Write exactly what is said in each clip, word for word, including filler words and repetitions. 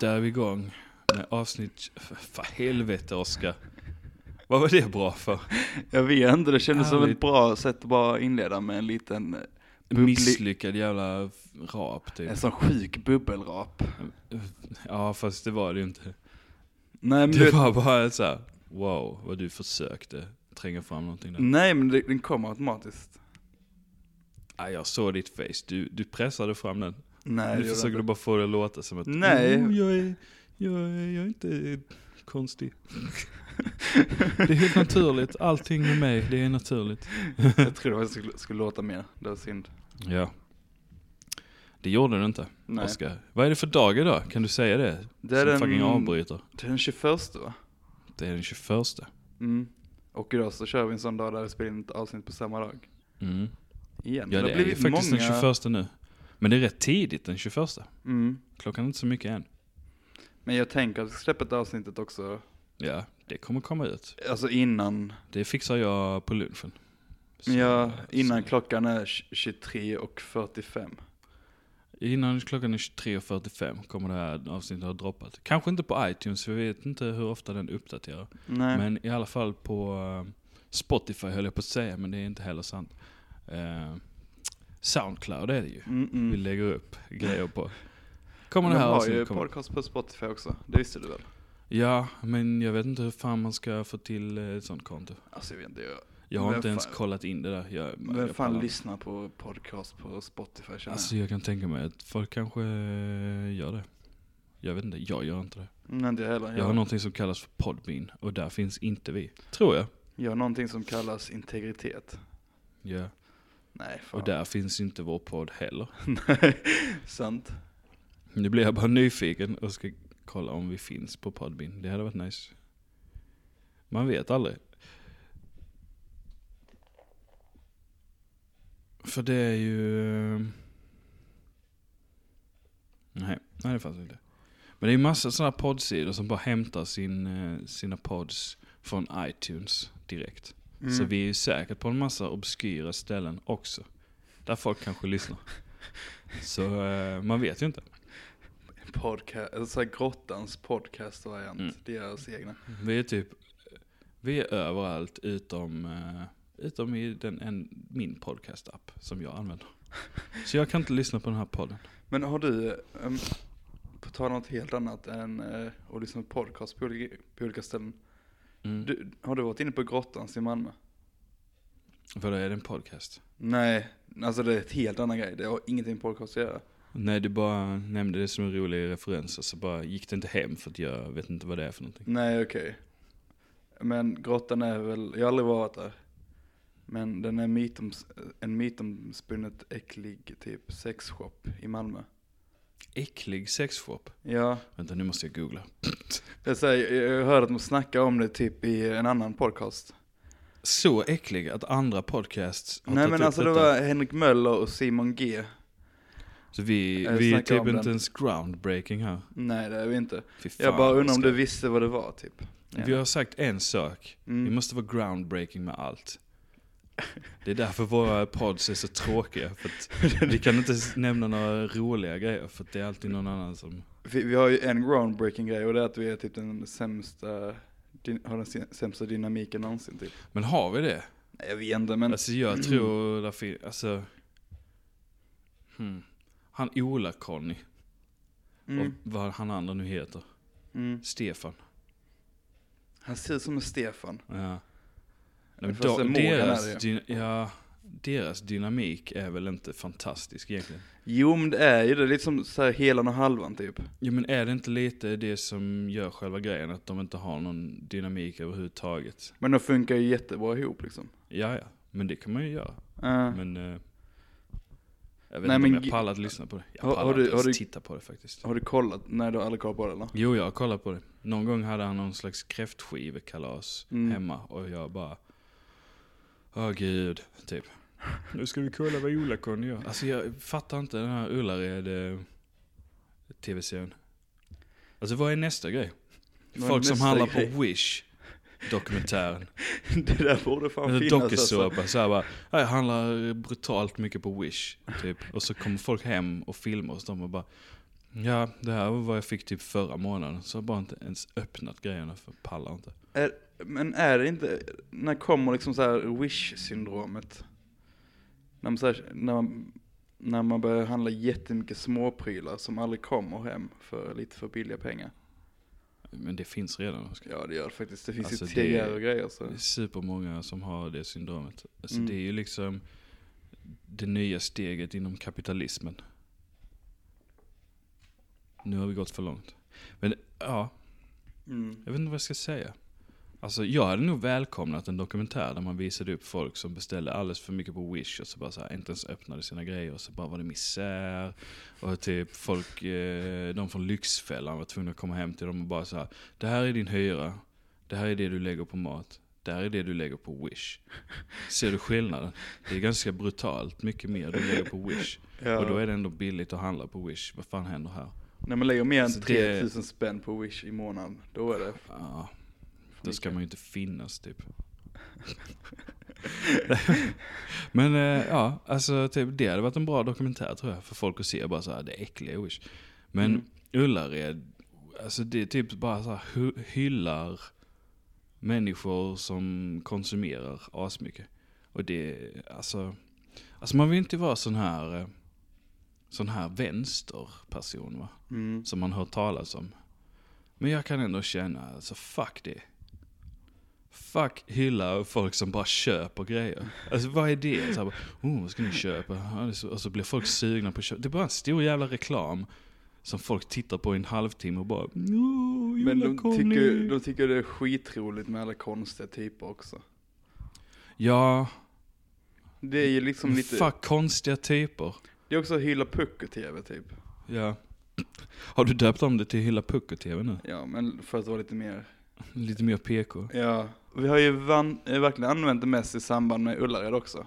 Där är vi igång med avsnitt. För helvete, Oskar. Vad var det bra för? Jag vet inte, det kändes Härligt. som ett bra sätt att bara inleda med en liten bubbli- Misslyckad jävla rap typ. En sån sjuk bubbelrap. Ja, fast det var det ju inte. Nej, men Det det, var bara så här: wow, vad du försökte tränga fram någonting där. nej, men det, den kommer automatiskt. Ja, jag såg ditt face, du, du pressade fram den. Nej, Nu det försöker du bara få det att låta som att Nej. oh, jag, är, jag, är, jag är inte konstig. Det är helt naturligt, allting med mig, det är naturligt. Jag tror det skulle, skulle låta mer, det var synd. Ja. Det gjorde du inte, Nej. Oskar. Vad är det för dag idag? Kan du säga det? Det är Som den, fucking avbryter. det är den tjugoförsta, va? Det är den tjugoförsta. Mm. Och idag så kör vi en sån dag där vi spelar in ett avsnitt på samma dag. Mm. Igen. Ja, har det är ju blivit faktiskt många... den tjugoförsta nu. Men det är rätt tidigt den tjugoförsta. Mm. Klockan är inte så mycket än. Men jag tänker att vi ska släppa ett avsnittet också. Ja, det kommer komma ut. Alltså innan. Det fixar jag på lunchen. Så- Ja, innan så- klockan är tjugotre och fyrtiofem. Innan klockan är tjugotre och fyrtiofem kommer det här avsnittet ha droppat. Kanske inte på iTunes, för vi vet inte hur ofta den uppdaterar. Nej. Men i alla fall på uh, Spotify höll jag på att säga, men det är inte heller sant. Uh, Soundcloud är det ju. Mm-mm. Vi lägger upp grejer på. Kommer De det här har ju avsnittet komma? podcast på Spotify också, det visste du väl? Ja, men jag vet inte hur fan man ska få till uh, ett sånt konto. Alltså jag vet inte, jag, Jag har Vem inte ens fan- kollat in det där. Jag, vem jag fan pallar- lyssnar på podcast på Spotify känner Alltså jag kan tänka mig att folk kanske eh, gör det. Jag vet inte, jag gör inte det. jag? Nej, inte heller. Jag Jag, har någonting som kallas för Podbean och där finns inte vi. Tror jag. jag har någonting som kallas integritet. Ja. Nej, fan. Och där finns inte vår podd heller. Nej, sant. Nu blir jag bara nyfiken och ska kolla om vi finns på Podbean. Det hade varit nice. Man vet aldrig. För det är ju... Nej, nej det fanns inte. Men det är ju massa sådana poddsidor som bara hämtar sin, eh, sina pods från iTunes direkt. Mm. Så vi är ju säkert på en massa obskyra ställen också. Där folk kanske lyssnar. Så eh, man vet ju inte. Podcast, alltså så här grottans podcast-variant. Mm. Det är deras egna. Vi är typ... Vi är överallt utom... Eh, utom i den, en, min podcast-app som jag använder. Så jag kan inte lyssna på den här podden. Men har du, um, på ta något helt annat än uh, att lyssna på podcast på olika, på olika ställen. Mm. Du, har du varit inne på grottans i Malmö? För då är det en podcast. Nej, alltså det är ett helt annan grej. Det har ingenting med podcast att göra. Nej, du bara nämnde det som en rolig referens och så bara gick det inte hem för att jag vet inte vad det är för någonting. Nej, okej. Okay. Men grottan är väl, jag har aldrig varit där. Men den är mytoms, en mytomspunnet äcklig typ sexshop i Malmö. Äcklig sexshop. Ja, Vänta, nu måste jag googla. jag, säger, jag hörde att de snackar om det typ i en annan podcast. Så äcklig att andra podcasts har Nej tagit men upp alltså det detta. var Henrik Möller och Simon G. Så vi, Jag vi är snackar typ om inte den. ens groundbreaking här. Nej det är vi inte. Fy fan, Jag bara undrar om Oskar. du visste vad det var typ. Vi har sagt en sak. Mm. Vi måste vara groundbreaking med allt. Det är därför våra pods är så tråkiga. För att vi kan inte nämna några roliga grejer. För att det är alltid någon annan som... Vi, vi har ju en groundbreaking grej och det är att vi är typ den sämsta, din, har den sämsta dynamiken någonsin typ. Men har vi det? Nej jag vet inte men... Alltså jag tror... Där fin- alltså... Hmm. Han Ola-Conny. Mm. Och vad han andra nu heter. Mm. Stefan. Han ser ut som en Stefan. Ja. Nej, men Fast då, en Morgan deras, är det dy- ja, deras dynamik är väl inte fantastisk egentligen. Jo men det är ju det, lite som så här helan och halvan typ. Jo, men är det inte lite det som gör själva grejen, att de inte har någon dynamik överhuvudtaget? Men de funkar ju jättebra ihop liksom. Ja, ja, men det kan man ju göra. Uh, Men eh, jag vet Nej, inte men om jag g- pallar att lyssna på det. Jag Har- pallar har du- inte ens har du- titta på det faktiskt. har du kollat? Nej du har aldrig kollat på det eller? Jo, jag har kollat på det. Någon gång hade han någon slags kräftskivekalas Mm. hemma och jag bara... Åh gud, typ. Nu ska vi kolla vad Ola-Conny gör. Alltså jag fattar inte den här Ullared eh, tv-serien. Alltså vad är nästa grej? Vad är Folk som nästa handlar grej? på Wish. Dokumentären. Det där borde fan Eller finnas alltså. dokusåpa. Så här bara, jag handlar brutalt mycket på Wish. Typ. Och så kommer folk hem och filmar hos dem och bara... Ja, det här var vad jag fick typ förra månaden. Så jag har bara inte ens öppnat grejerna för pallar inte. Är, men är det inte, när kommer liksom så här wish-syndromet? När man, så här, när, man, när man börjar handla jättemycket småprylar som aldrig kommer hem för lite för billiga pengar. Men det finns redan. Oskar. Ja, det gör det faktiskt. Det finns Alltså, ju T G R det- och grejer. Så. Det är supermånga som har det syndromet. Alltså Mm. det är ju liksom det nya steget inom kapitalismen. Nu har vi gått för långt. Men ja, Mm. jag vet inte vad jag ska säga. Alltså jag hade nog välkomnat en dokumentär där man visade upp folk som beställde alldeles för mycket på Wish och så bara så här, inte ens öppnade sina grejer och så bara var det misär. Och typ folk, eh, de från Lyxfällan var tvungna att komma hem till dem och bara så här, det här är din hyra, det här är det du lägger på mat, det här är det du lägger på Wish. Ser du skillnaden? Det är ganska brutalt, mycket mer du lägger på Wish. Ja. Och då är det ändå billigt att handla på Wish. Vad fan händer här? När man lägger mer än Alltså, det- tre tusen spänn på Wish i månaden, då är det... Ja, då ska man ju inte finnas typ. Men eh, ja, alltså typ, det hade varit en bra dokumentär tror jag. För folk att se bara så här, det är äckliga Wish. Men Mm. Ullared, alltså det är typ bara så här, hy- hyllar människor som konsumerar asmycket. Och det, alltså, alltså man vill inte vara sån här, eh, sån här vänsterperson va. Mm. Som man hör talas om. Men jag kan ändå känna, alltså fuck det. Fuck hylla folk som bara köper grejer. Alltså vad är det? Så här, oh, vad ska ni köpa? Ja, det är så, och så blir folk sugna på att köpa. Det är bara en stor jävla reklam som folk tittar på i en halvtimme och bara, oh, Men de kom tycker, ni. de tycker det är skitroligt med alla konstiga typer också. Ja, Det är ju liksom lite... fuck konstiga typer. Det är också hylla pucko-tv typ. Ja. Har du döpt om det till Hylla Pucko-tv nu? Ja, men för att vara lite mer... Lite mer P K. Ja, vi har ju van, eh, verkligen använt det mest i samband med Ullared också.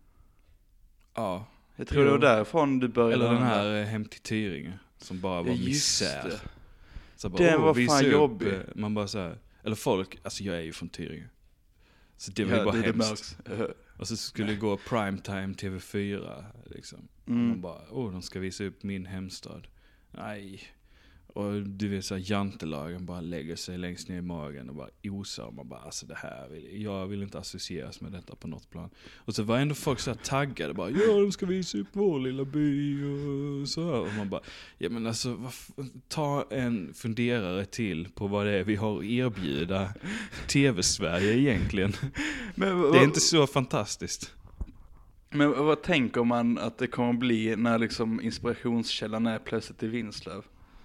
Ja. Jag tror Jo. det var därifrån du började. Eller den använda. här eh, Hem till Tyringe. Som bara var Ja, just misär. det. Så bara, Den åh, var visa fan upp, jobbig. eh, Man bara så här, eller folk, alltså jag är ju från Tyringe. Så det var Ja, ju bara det, det hemskt. märks. Och så skulle det gå primetime T V fyra liksom. Mm. Och man bara, åh de ska visa upp min hemstad. Nej. Och du vet såhär, jantelagen bara lägger sig längst ner i magen och bara osar. Och man bara, alltså det här vill, jag vill inte associeras med detta på något plan. Och så var ändå folk så här taggade bara, ja de ska visa upp vår lilla by och så här. Och man bara, ja men alltså vad f- ta en funderare till på vad det är vi har att erbjuda T V-Sverige egentligen. Men, Det är inte så fantastiskt. Men vad tänker man att det kommer bli när liksom inspirationskällan är plötsligt i Vinslöv?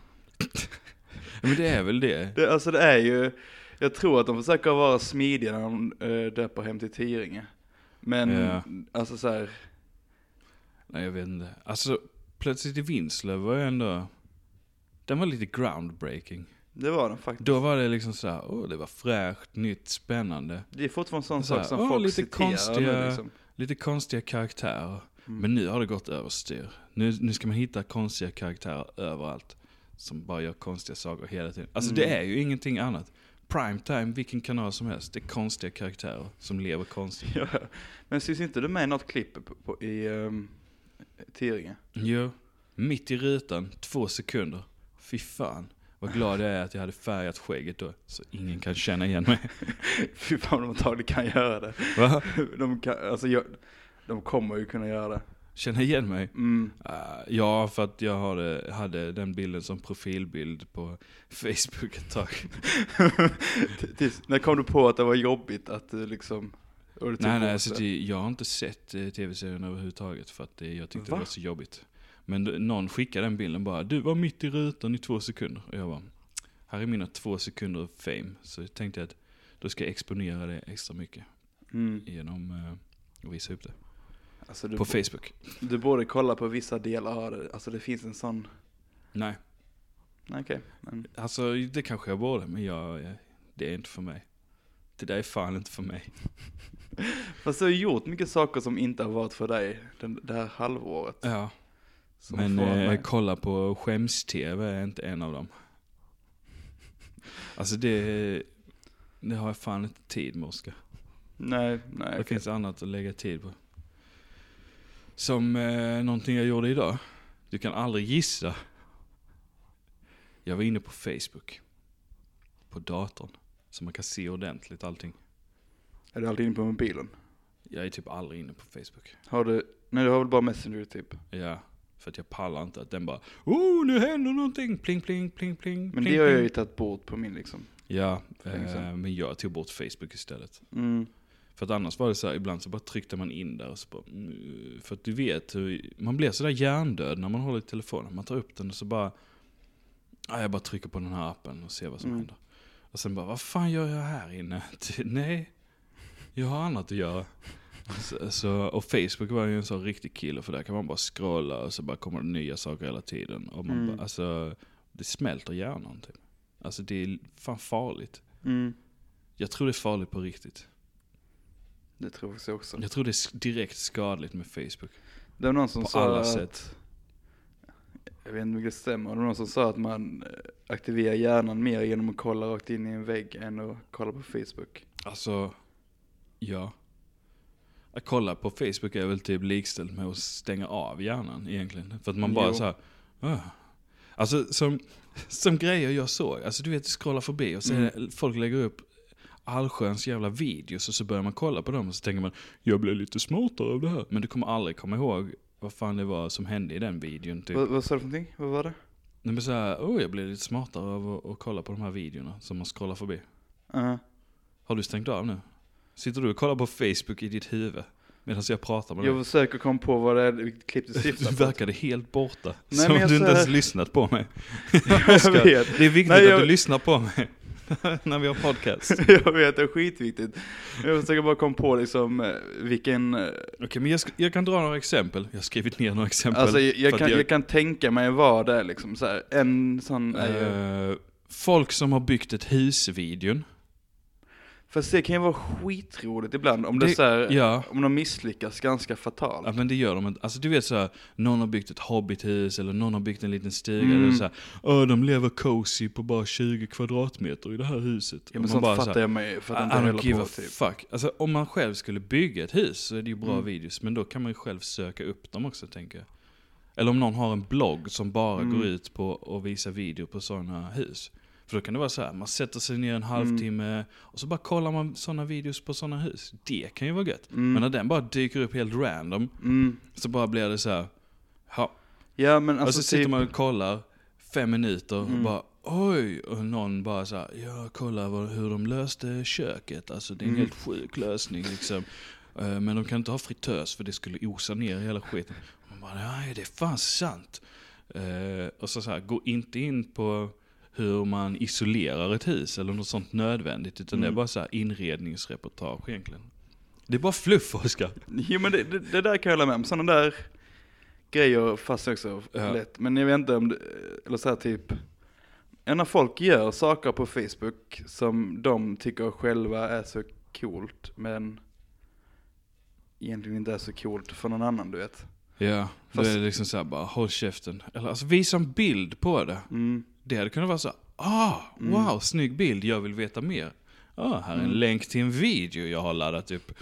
Ja, men det är väl det. Det, alltså det är ju, jag tror att de försöker vara smidiga när de äh, döper Hem till Tyringe. Men Ja. alltså så här, Nej jag vet inte. Alltså plötsligt i Vinslöv var ju ändå, den var lite groundbreaking. det var de faktiskt. Då var det liksom så här, åh det var fräscht, nytt, spännande. Det är fortfarande en sån Så här, sak som åh, folk lite citerar konstiga- nu liksom. Lite konstiga karaktärer. Mm. Men nu har det gått överstyr. Nu, nu ska man hitta konstiga karaktärer överallt. Som bara gör konstiga saker hela tiden. Alltså Mm. det är ju ingenting annat. Primetime, vilken kanal som helst. Det är konstiga karaktärer som lever konstigt. Ja. Men syns inte du med något klipp på, på, i um, Tyringe? Jo, mitt i rutan, två sekunder. Fy fan. Vad glad jag är att jag hade färgat skägget då. Så ingen kan känna igen mig. Fy fan, de antagligen kan göra det. Va? De, kan, alltså, jag, de kommer ju kunna göra det. Känna igen mig? Mm. Uh, ja, för att jag hade, hade den bilden som profilbild på Facebook ett tag. Tills, när kom du på att det var jobbigt att du liksom... och du tog nej, nej, bort alltså, det? det, jag har inte sett eh, tv-serien överhuvudtaget för att eh, jag tyckte Va? det var så jobbigt. Men d- någon skickade den bilden bara, du var mitt i rutan i två sekunder. Och jag bara, här är mina två sekunder av fame. Så jag tänkte att då ska jag exponera det extra mycket Mm. genom eh, att visa upp det. Alltså, du, På bo- Facebook. du borde kolla på vissa delar av det. Alltså det finns en sån... Nej, Nej, okej. Men... alltså det kanske jag borde, men jag, jag, det är inte för mig. Det där är fan inte för mig. Fast du har gjort mycket saker som inte har varit för dig den, det här halvåret. Ja. Som Men får eh, mig- kolla på skäms-tv är inte en av dem. Alltså det, det har jag fan inte tid med, Oskar. Nej, nej. Det okej. finns annat att lägga tid på. Som eh, någonting jag gjorde idag. Du kan aldrig gissa Jag var inne på Facebook. På datorn. Så man kan se ordentligt allting. Är du alltid inne på mobilen? Jag är typ aldrig inne på Facebook. Har du, nej du har väl bara Messenger typ? Ja, för att jag pallar inte att den bara, oh nu händer någonting, pling pling pling pling. Men pling, det har jag pling. ju tagit bort på min liksom. Ja, länge sedan. eh, men jag tog bort Facebook istället. Mm. För att annars var det så här, ibland så bara tryckte man in där och så bara, mm, för att du vet hur, man blir så där hjärndöd när man håller i telefonen. Man tar upp den och så bara, ah, jag bara trycker på den här appen och ser vad som Mm. händer. Och sen bara, vad fan gör jag här inne? Nej, jag har annat att göra. Så, så, och Facebook var ju en sån riktig kille, för där kan man bara scrolla och så bara kommer det nya saker hela tiden. Och man Mm. bara, alltså, det smälter hjärnan typ. Alltså det är fan farligt. Mm. Jag tror det är farligt på riktigt. Det tror jag också. Jag tror det är direkt skadligt med Facebook. Det var någon som På sa alla att, sätt. jag vet inte om det stämmer, det var någon som sa att man aktiverar hjärnan mer genom att kolla rakt in i en vägg än att kolla på Facebook. Alltså, ja. Att kolla på Facebook är väl typ likställt med att stänga av hjärnan egentligen. För att man bara Jo. så här, ah. Alltså som, som grejer jag såg. Alltså du vet, scrolla förbi och så är det, folk lägger upp allsköns jävla videos och så börjar man kolla på dem och så tänker man, jag blir lite smartare av det här. Men du kommer aldrig komma ihåg vad fan det var som hände i den videon typ. Vad, vad sa du för någonting? Vad var det? Nej, men så här, oh, jag blir lite smartare av att, att kolla på de här videorna som man scrollar förbi. Uh-huh. Har du stängt av nu? Sitter du och kollar på Facebook i ditt huvud medan jag pratar med dig? Jag försöker komma på vad det är, vilket klipp du syftar Du på. verkade helt borta. Nej, som men om jag du inte så- ens lyssnat på mig. Jag vet. Det är viktigt Nej, jag- att du lyssnar på mig när vi har podcast. Jag vet, det är skitviktigt. Jag försöker bara komma på liksom eh, vilken... eh, Okej, men jag, ska, jag kan dra några exempel. Jag har skrivit ner några exempel. Alltså jag, för jag, att kan, jag kan tänka mig vad det är liksom så här. En sån är ju... eh, folk som har byggt ett hus-videon. Fast det kan ju vara skitroligt ibland om det, Det- det så här, Ja. om de misslyckas ganska fatalt. Ja, men det gör de inte. Alltså du vet så här, någon har byggt ett hobbithus eller någon har byggt en liten stuga Mm. eller så här, åh, de lever cozy på bara tjugo kvadratmeter i det här huset. Ja, Och men man sånt bara så fattar här, jag mig för att I inte don't hålla give på a typ. fuck. Alltså om man själv skulle bygga ett hus så är det ju bra Mm. videos, men då kan man ju själv söka upp dem också, tänker jag. Eller om någon har en blogg som bara Mm. går ut på att visa video på sådana hus. För då kan det vara så här, man sätter sig ner en halvtimme Mm. och så bara kollar man sådana videos på sådana hus. Det kan ju vara gött. Mm. Men när den bara dyker upp helt random Mm. så bara blir det så här, ja. Ja men Och så alltså sitter typ, man och kollar fem minuter och Mm. bara, oj, och någon bara så här, ja, kolla vad, hur de löste köket. Alltså det är en Mm. helt sjuk lösning liksom. Eh, Men de kan inte ha fritös för det skulle osa ner hela skiten. Man bara, nej, det är fan sant. Eh, Och så, så här, gå inte in på hur man isolerar ett hus eller något sånt nödvändigt, utan det är Mm. bara så här inredningsreportage egentligen. Det är bara fluff, Oskar. jo men det, det, det där kan jag hålla med om. Sådana där grejer fastnar också Ja. lätt. Men jag vet inte om det, eller så här typ, ja, när folk gör saker på Facebook som de tycker själva är så coolt, men egentligen inte är så coolt för någon annan, du vet. Ja, då Fast- är det liksom så här, bara håll käften. Eller alltså visa en bild på det. Mm. Det hade kunnat vara så här, ah, Mm. wow, snygg bild, jag vill veta mer. Ah, här är en Mm. länk till en video jag har laddat upp.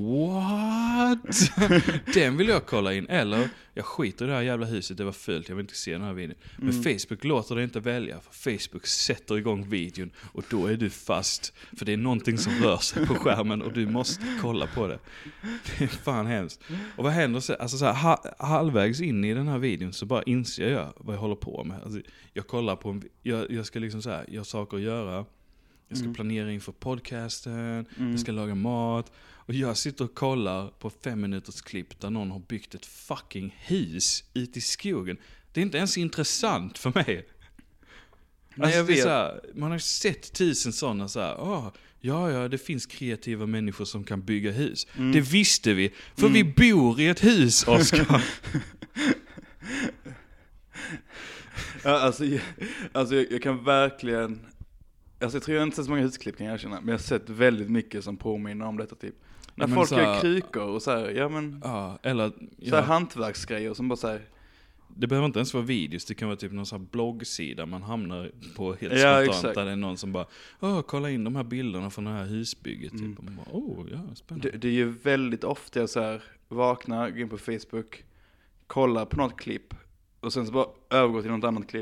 What? Den vill jag kolla in. Eller, jag skiter i det här jävla huset, det var fult, jag vill inte se den här videon. Men Mm. Facebook låter det inte välja, för Facebook sätter igång videon och då är du fast. För det är någonting som rör sig på skärmen och du måste kolla på det. Det är fan hemskt. Och vad händer så, alltså så här, ha, halvvägs in i den här videon så bara inser jag vad jag håller på med. Alltså, jag kollar på en, jag, jag ska liksom så här, jag har saker att göra. Jag ska Mm. planera inför podcasten, Mm. jag ska laga mat. Och jag sitter och kollar på fem minuters klipp där någon har byggt ett fucking hus ute i skogen. Det är inte ens intressant för mig. Nej, Alltså, jag det är vet. så här, man har sett tusen sådana så här, oh, ja, ja, det finns kreativa människor som kan bygga hus. Mm. Det visste vi, för Mm. vi bor i ett hus, Oskar. Ja, alltså, jag, alltså jag, jag kan verkligen, alltså jag tror jag inte sett så många husklipp kan jag erkänna, men jag har sett väldigt mycket som påminner om detta typ. När Ja, men folk så här- gör krukor och så här, ja men, Ja, eller, så här ja, hantverksgrejer som bara så här, det behöver inte ens vara videos, det kan vara typ någon sån här bloggsida man hamnar på helt Ja, spontant, exakt. där det är någon som bara, åh, kolla in de här bilderna från det här husbygget. Mm. Typ. Och man bara, åh, ja, spännande. det, det är ju väldigt ofta jag så här vaknar, går in på Facebook, kollar på något klipp och sen så bara övergår till något annat klipp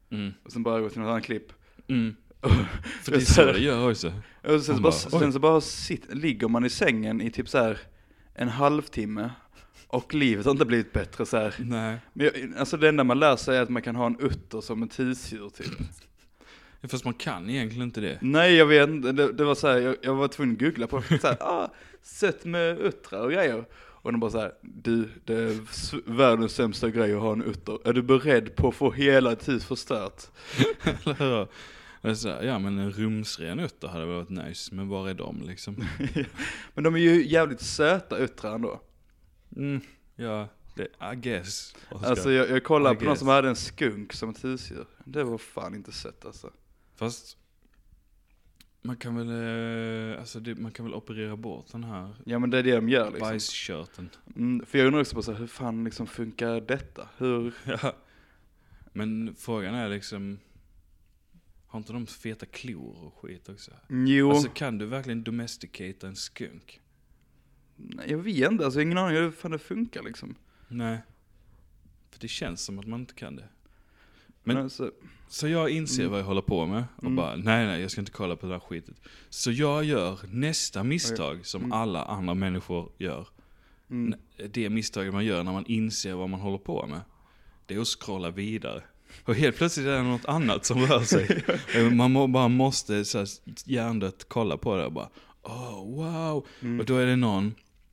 Mm. Och sen bara gå till något annat klipp. Mm. För det är så det gör också. Och sen, så bara, bara, sen så bara sitt, ligger man i sängen i typ så här en halvtimme. Och livet har inte blivit bättre så här. Nej. Men jag, alltså det enda man lär sig är att man kan ha en utter som ett husdjur typ. Fast man kan egentligen inte det. Nej, jag vet inte. Det, det var så här, jag, jag var tvungen att googla på så här, ah, sött med uttrar och grejer. Och de bara så här, du, det är världens sämsta grej att ha en utter. Är du beredd på att få hela ett hus förstört? Så här, ja, men en rumsren utter hade varit nice. Men var är de liksom? Men de är ju jävligt söta uttrar ändå. Mm, ja, det, I guess. Oscar. Alltså jag, jag kollade I på någon guess. som hade en skunk som ett husdjur. Det var fan inte sött alltså. Fast man kan väl eh, alltså det, man kan väl operera bort den här Ja, men det är det de gör liksom. bajskörteln. Mm, för jag undrar också på så här, hur fan liksom funkar detta? Hur? Ja. Men frågan är liksom, har inte de feta klor och skit också? Jo. Alltså kan du verkligen domesticata en skunk? Nej, jag vet inte, alltså ingen aning hur fan det funkar liksom. Nej. För det känns som att man inte kan det. Men, Men alltså, så jag inser Mm. vad jag håller på med och Mm. bara, nej nej jag ska inte kolla på det här skitet. Så jag gör nästa misstag som Mm. alla andra människor gör. mm, Det misstaget man gör när man inser vad man håller på med, det är att scrolla vidare. Och helt plötsligt är det något annat som rör sig. Man må, bara måste så här, hjärndött kolla på det och bara, oh wow. mm. Och då är det någon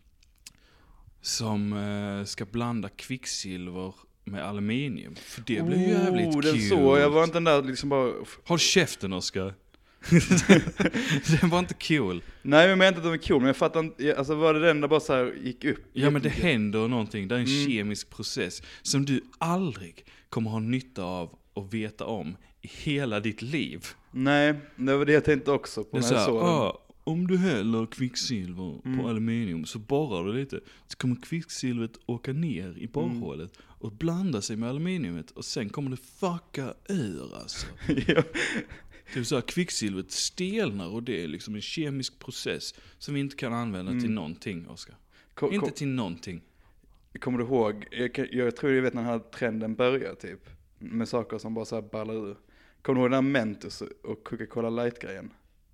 som eh, ska blanda kvicksilver med aluminium. För det blir ju jävligt oh, kul. den så, jag var inte den där liksom bara... Håll käften, Oscar. Den var inte cool. Nej, jag menar inte att de är cool, men jag fattar inte, alltså var det den där bara så här gick upp? Ja, men det händer någonting. Det är en Mm. kemisk process som du aldrig kommer ha nytta av och veta om i hela ditt liv. Nej, det var det jag tänkte också på Det är när så jag här, såg den. ah, om du häller kvicksilver Mm. på aluminium så borrar du lite, så kommer kvicksilvret åka ner i borrhålet och blanda sig med aluminiumet och sen kommer det fucka ur alltså. Ja. Det är så här, kvicksilvret stelnar och det är liksom en kemisk process som vi inte kan använda Mm. till någonting, Oscar. Kom, Inte kom, till någonting. kommer du ihåg, jag, kan- jag tror jag vet när den här trenden börjar typ, med saker som bara så här ballar ur. Kommer du ihåg den här Mentos och Coca-Cola Light-grejen?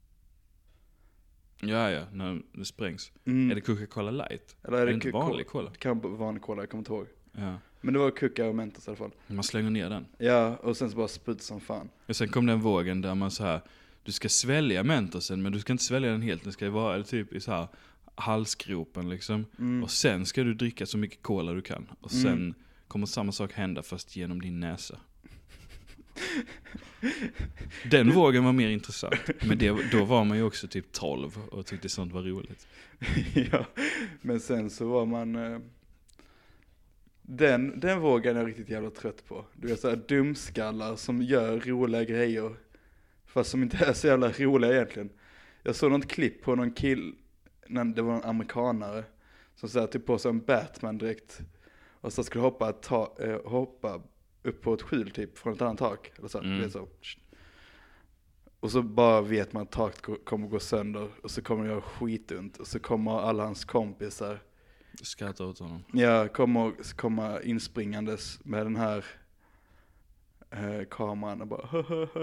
Ja, ja, när det sprängs. Mm. Är det Coca-Cola Light? Eller Är är det det inte Coca- vanlig cola? Det kan vara vanlig cola, jag kommer inte ihåg. Ja. Men det var Coca och Mentos i alla fall. Man slänger ner den. Ja, och sen så bara spruts som fan. Och sen kom den vågen där man så här, du ska svälja mentosen men du ska inte svälja den helt. Den ska ju vara typ i så här halsgropen liksom. Mm. Och sen ska du dricka så mycket cola du kan. Och sen Mm. kommer samma sak hända fast genom din näsa. Den vågen var mer intressant. Men det, då var man ju också typ tolv och tyckte sånt var roligt. Ja, men sen så var man... eh, Den, den vågen är jag riktigt jävla trött på. Du vet såhär dumskallar som gör roliga grejer. Fast som inte är så jävla roliga egentligen. Jag såg något klipp på någon kill, när det var en amerikanare. Som såhär typ på sig en Batman-dräkt. Och så skulle hoppa, ta, eh, hoppa upp på ett skjul typ från ett annat tak. Eller så, Mm. du vet så. Och så bara vet man att taket ko- kommer gå sönder. Och så kommer det göra skitont. Och så kommer alla hans kompisar. Skrattar åt honom. Jag kommer komma inspringandes med den här eh, kameran och bara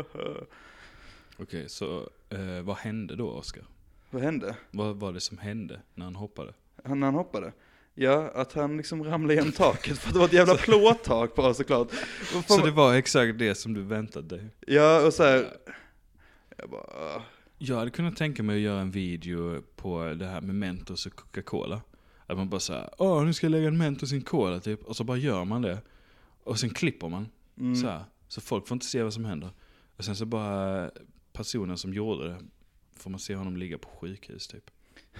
Okej, så eh, vad hände då, Oscar? Vad hände? Vad var det som hände när han hoppade? Han, när han hoppade? Ja, att han liksom ramlade igenom taket för att det var ett jävla plåttak på såklart. Och fan, Så det var exakt det som du väntade dig? ja, och så här, jag bara, ah. Jag hade kunnat tänka mig att göra en video på det här med Mentos och Coca-Cola. Att man bara säger, åh nu ska jag lägga en Mentos i en cola typ. Och så bara gör man det. Och sen klipper man. Mm. Så här. Så folk får inte se vad som händer. Och sen så bara personen som gjorde det, får man se honom ligga på sjukhus typ.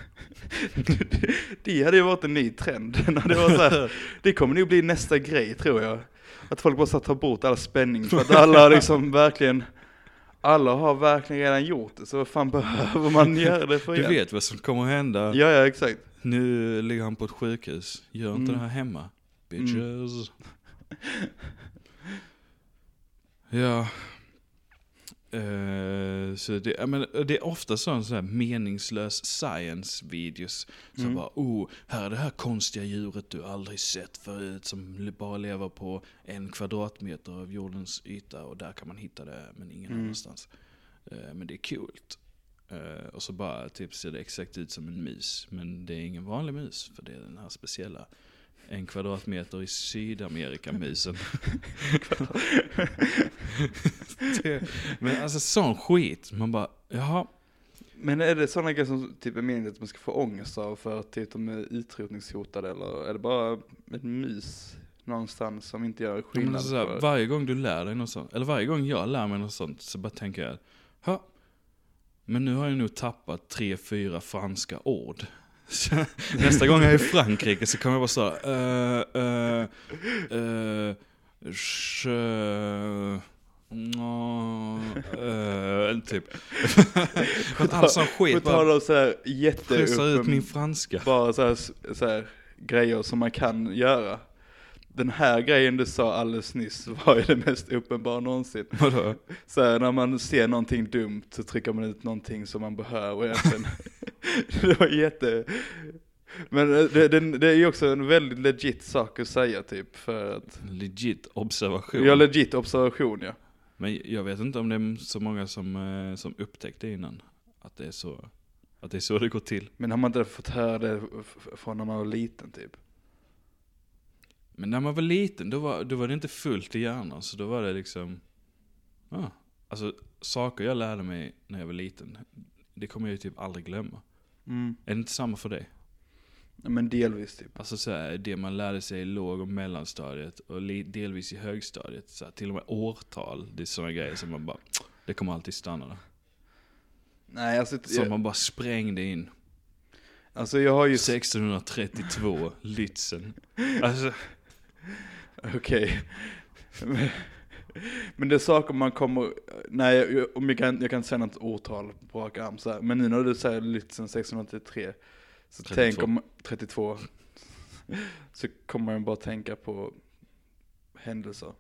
Det hade ju varit en ny trend. När det, var så här, det kommer nog bli nästa grej tror jag. Att folk bara ska ta bort all spänning. För att alla liksom verkligen, alla har verkligen redan gjort det. Så vad fan behöver man göra det för Du igen? vet vad som kommer att hända. Ja, ja, exakt. Nu ligger han på ett sjukhus. Gör inte Mm. det här hemma. Bitches. Ja. Uh, så det, jag menar, det är ofta sån så här meningslös science-videos. Så Mm. bara, oh, här är det här konstiga djuret du aldrig sett förut som bara lever på en kvadratmeter av jordens yta och där kan man hitta det men ingen Mm. annanstans. Uh, men det är kul. Uh, och så bara typ ser det exakt ut som en mus. Men det är ingen vanlig mus för det är den här speciella en kvadratmeter i Sydamerika-musen. det, men alltså sån skit. Man bara, jaha. Men är det sådana grejer som typ är meningen att man ska få ångest av för att typ, de är utrotningshotade? Eller är det bara ett mus någonstans som inte gör skillnad? Men så här, för... Varje gång du lär dig något sånt, eller varje gång jag lär mig något sånt, så bara tänker jag, ha, men nu har jag nog tappat tre, fyra franska ord. Så, nästa gång jag är i Frankrike så kommer jag bara så här, uh, uh, uh, je, no, uh, typ. För att all sån skit bara så här pressar ut min jätteuppen, franska. bara så här, så här grejer som man kan göra. Den här grejen du sa alldeles nyss var ju det mest uppenbara någonsin. Vadå? Så här, när man ser någonting dumt så trycker man ut någonting som man behöver egentligen. Det var jätte... Men det, det, det är ju också en väldigt legit sak att säga typ för att... Legit observation. Ja, legit observation, ja. Men jag vet inte om det är så många som, som upptäckte innan att det är så att det är så det går till. Men har man inte fått höra det f- från när man var liten typ? Men när man var liten då var, då var det inte fullt i hjärnan. Så då var det liksom ah, alltså saker jag lärde mig när jag var liten, det kommer jag ju typ aldrig glömma. Mm. Är det inte samma för dig? Ja, men delvis typ. Alltså så här, det man lärde sig i låg- och mellanstadiet och li- delvis i högstadiet, så här, till och med årtal, det är sådana grejer som man bara, det kommer alltid stanna där. Nej, alltså... Som Jag, man bara sprängde in. alltså jag har ju... sextonhundratrettiotvå, Lützen. Alltså, Okej. Men, men det är saker man kommer... Nej, jag, om jag, kan, jag kan säga något årtal på rak arm så här. Men nu när du säger Lützen sextonhundratrettiotre så trettiotvå. tänk om... trettiotvå. Så kommer man bara tänka på händelser.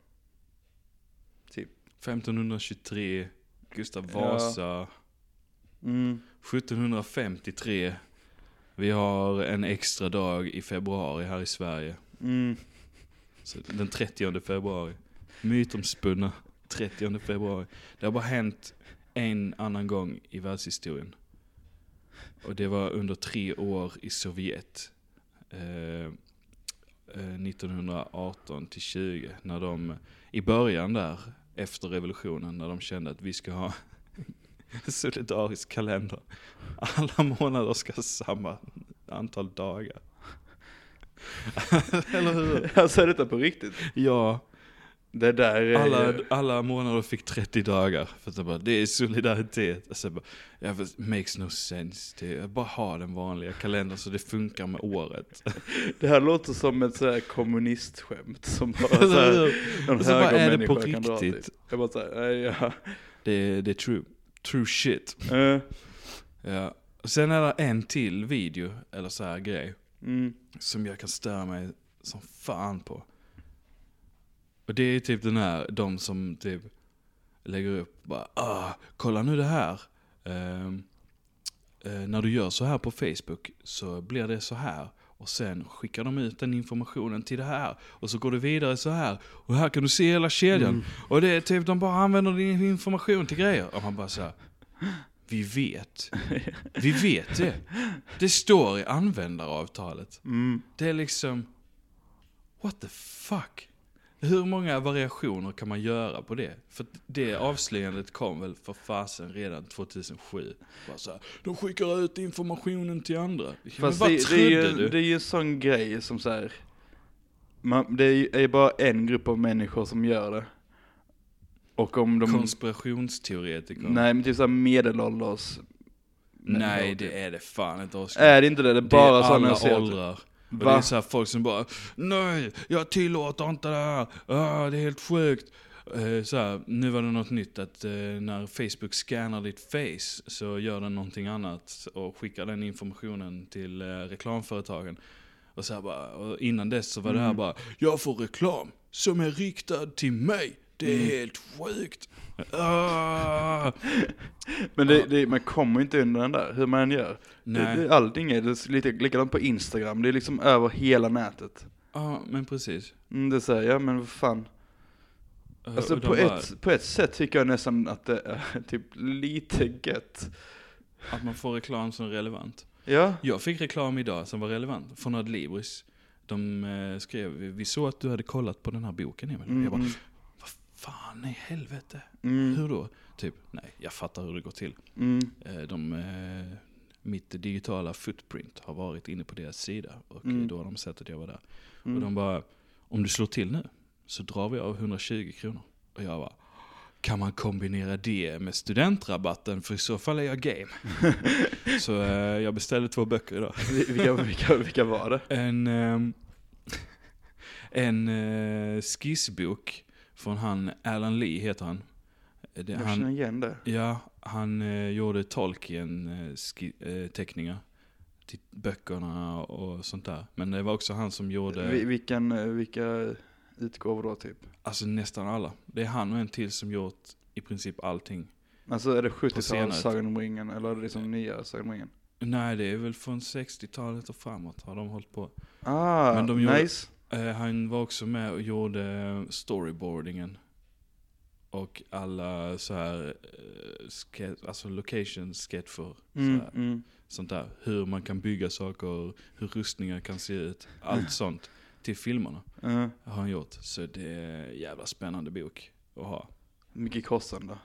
Typ. femtonhundratjugotre, Gustav Ja. Vasa. Mm. sjuttonhundrafemtiotre. Vi har en extra dag i februari här i Sverige. Mm. Så den trettionde februari. Mytomspunna trettionde februari. Det har bara hänt en annan gång i världshistorien. Och det var under tre år i Sovjet. Eh, eh, nittonhundraarton till tjugo. När de, i början där, efter revolutionen, när de kände att vi ska ha solidarisk kalender. Alla månader ska ha samma antal dagar. Eller hur? Alltså är detta på riktigt? Ja. Det där är... Alla, alla månader fick trettio dagar. För att det, bara, det är solidaritet. Alltså, bara, ja, it makes no sense. Det är bara ha den vanliga kalendern så det funkar med året. Det här låter som ett så här kommunistskämt som bara så här, någon så bara, är det på högermänniska kan dra riktigt? till. Jag bara så här, nej, ja. Det, det är true. True shit. Uh, Ja. Och sen är det en till video, eller så här grej, mm, som jag kan störa mig som fan på. Och det är typ den här, de som typ lägger upp bara, ah, kolla nu det här. Um, uh, när du gör så här på Facebook så blir det så här. Och sen skickar de ut den informationen till det här. Och så går det vidare så här. Och här kan du se hela kedjan. Mm. Och det är typ, de bara använder din information till grejer. Och man bara så här, vi vet. Vi vet det. Det står i användaravtalet. mm. Det är liksom, what the fuck? Hur många variationer kan man göra på det? För det avslöjandet kom väl för fasen redan tvåtusensju. Bara så här, de skickar ut informationen till andra. Men Fast vad det, trodde det, är ju, du? det är ju en sån grej som så här, man, det är ju är bara en grupp av människor som gör det. Och om de... Konspirationsteoretiker. Nej, men typ såhär medelålders... Nej, människor. det är det fan inte. Oskar. Är det inte det? Det är bara det är sådana alla jag ser. åldrar. Och det Va? är så här folk som bara, nej, jag tillåter inte det här. Ah, det är helt sjukt. Eh, så här, nu var det något nytt att eh, när Facebook scannar ditt face så gör den någonting annat och skickar den informationen till eh, reklamföretagen. Och, så här bara, och innan dess så var det här Mm. bara, jag får reklam som är riktad till mig. Det är mm. helt sjukt. Ah. Men det, det, man kommer inte undan den där, hur man än gör. Nej. Det, det, allting är, det är lite likadant på Instagram. Det är liksom över hela nätet. Ja, men precis. Mm, det säger jag, men vad fan. Alltså på, bara... ett, på ett sätt tycker jag nästan att det är typ lite gött. Att man får reklam som är relevant. Ja. Jag fick reklam idag som var relevant från Adlibris. De eh, skrev, vi såg att du hade kollat på den här boken, Emil. Mm, jag bara, vad fan i helvete? Mm. Hur då? Typ, nej, jag fattar hur det går till. Mm. Eh, de, eh, mitt digitala footprint har varit inne på deras sida. Och mm. då har de sett att jag var där. Mm. Och de bara, om du slår till nu så drar vi av hundratjugo kronor. Och jag bara, kan man kombinera det med studentrabatten? För i så fall är jag game. Så eh, jag beställde två böcker idag. vilka, vilka, vilka var det? En, eh, en eh, skissbok från han, Alan Lee heter han. Det, jag känner igen det. Ja, han eh, gjorde Tolkien eh, ski, eh, teckningar till böckerna och sånt där. Men det var också han som gjorde... Vi, vilken, vilka utgåvor då typ? Alltså nästan alla. Det är han och en till som gjort i princip allting. Alltså är det sjuttiotalet Sagan om ringen eller är det liksom nya Sagan om ringen? Nej, det är väl från sextiotalet och framåt har de hållit på. Ah, Men de gjorde, nice. Eh, han var också med och gjorde storyboardingen. Och alla så här eh, ske- alltså location sketch för mm, så här, mm. sånt där. Hur man kan bygga saker, hur rustningar kan se ut. Allt sånt till filmerna uh-huh. har han gjort. Så det är en jävla spännande bok att ha. Mycket kostar då?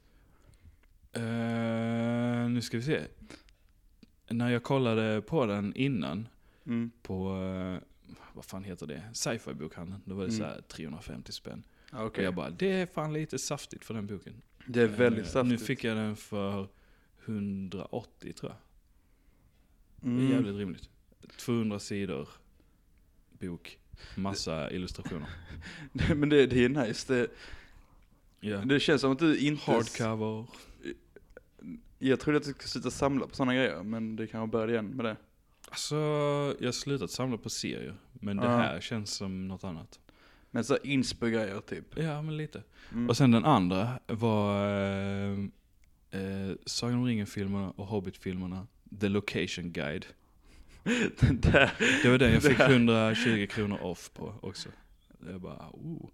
Uh, nu ska vi se. När jag kollade på den innan mm. på, uh, vad fan heter det? Sci-fi-bokhandeln. Då var det mm. så här trehundrafemtio spänn. Okay. Och jag bara, det är fan lite saftigt för den boken. Det är väldigt uh, saftigt. Nu fick jag den för hundraåttio tror jag. Mm. Det är jävligt rimligt. tvåhundra sidor bok. Massa illustrationer. Men det, det är nice. Det, yeah. det känns som att du inte... Hardcover. Jag trodde att du skulle sluta samla på sådana grejer. Men det kan börja igen med det. Alltså, jag har slutat samla på serier. Men det uh. här känns som något annat. Men så inspo-grejer typ. Ja, men lite. Mm. Och sen den andra var eh, eh, Sagan om ringen-filmerna och Hobbit-filmerna. The Location Guide. där, det var den jag fick hundratjugo kronor off på också. Jag bara, oh.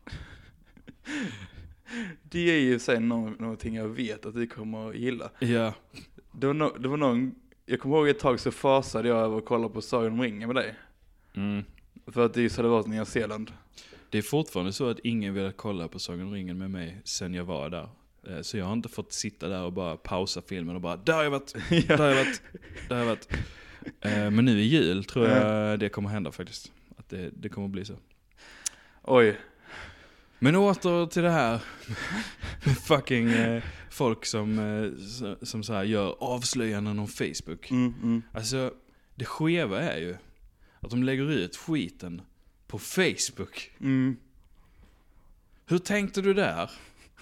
Det är ju sen nå- någonting jag vet att du kommer att gilla. Ja. Det var, no- det var någon, jag kommer ihåg ett tag så fasade jag över att kolla på Sagan om ringen med dig. Mm. För att det just hade varit i Nya Zeeland. Det är fortfarande så att ingen vill kolla på Sagan om ringen med mig sen jag var där. Så jag har inte fått sitta där och bara pausa filmen och bara, där har jag varit, ja. där har jag varit, där har jag varit. Men nu i jul tror jag det kommer hända faktiskt. Att det, det kommer bli så. Oj. Men åter till det här med fucking eh, folk som, eh, som så här gör avslöjanden om Facebook. Mm, mm. Alltså, det skeva är ju att de lägger ut skiten på Facebook. Mm. Hur tänkte du där?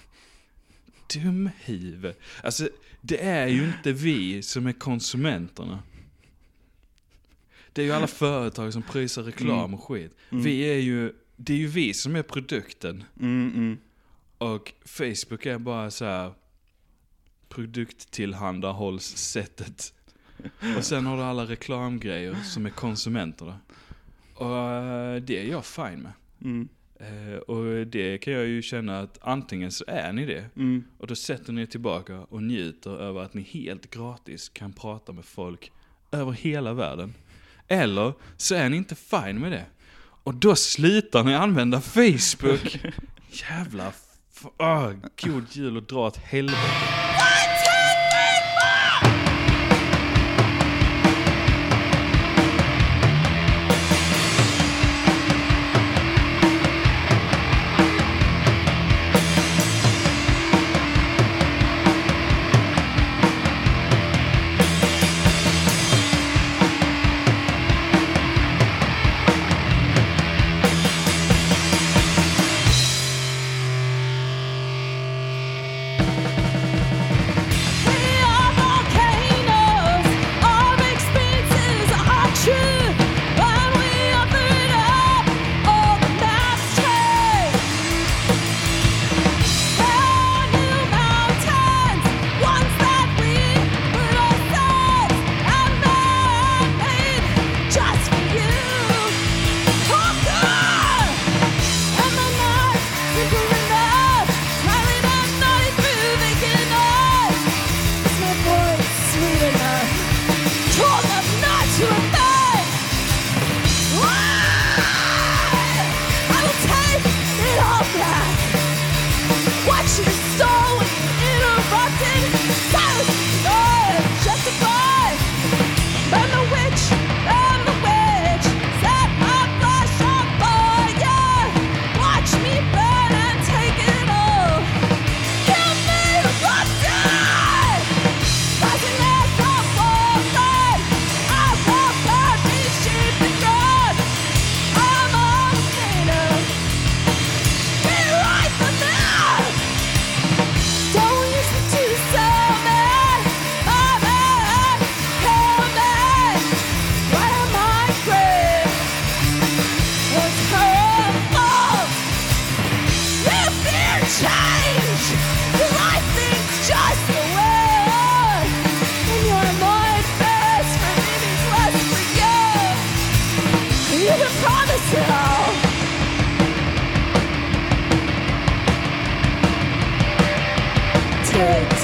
Dumhuvud. Alltså, det är ju inte vi som är konsumenterna. Det är ju alla företag som pröjsar reklam och skit. Mm. Vi är ju, det är ju vi som är produkten. Mm, mm. Och Facebook är bara så här produkttillhandahållssättet. Och sen har du alla reklamgrejer som är konsumenterna. Och det är jag fine med. Mm. Uh, och det kan jag ju känna att antingen så är ni det mm. och då sätter ni tillbaka och njuter över att ni helt gratis kan prata med folk över hela världen. Eller så är ni inte fine med det. Och då slutar ni använda Facebook. Jävla f- oh, god jul och dra åt helvete. Sex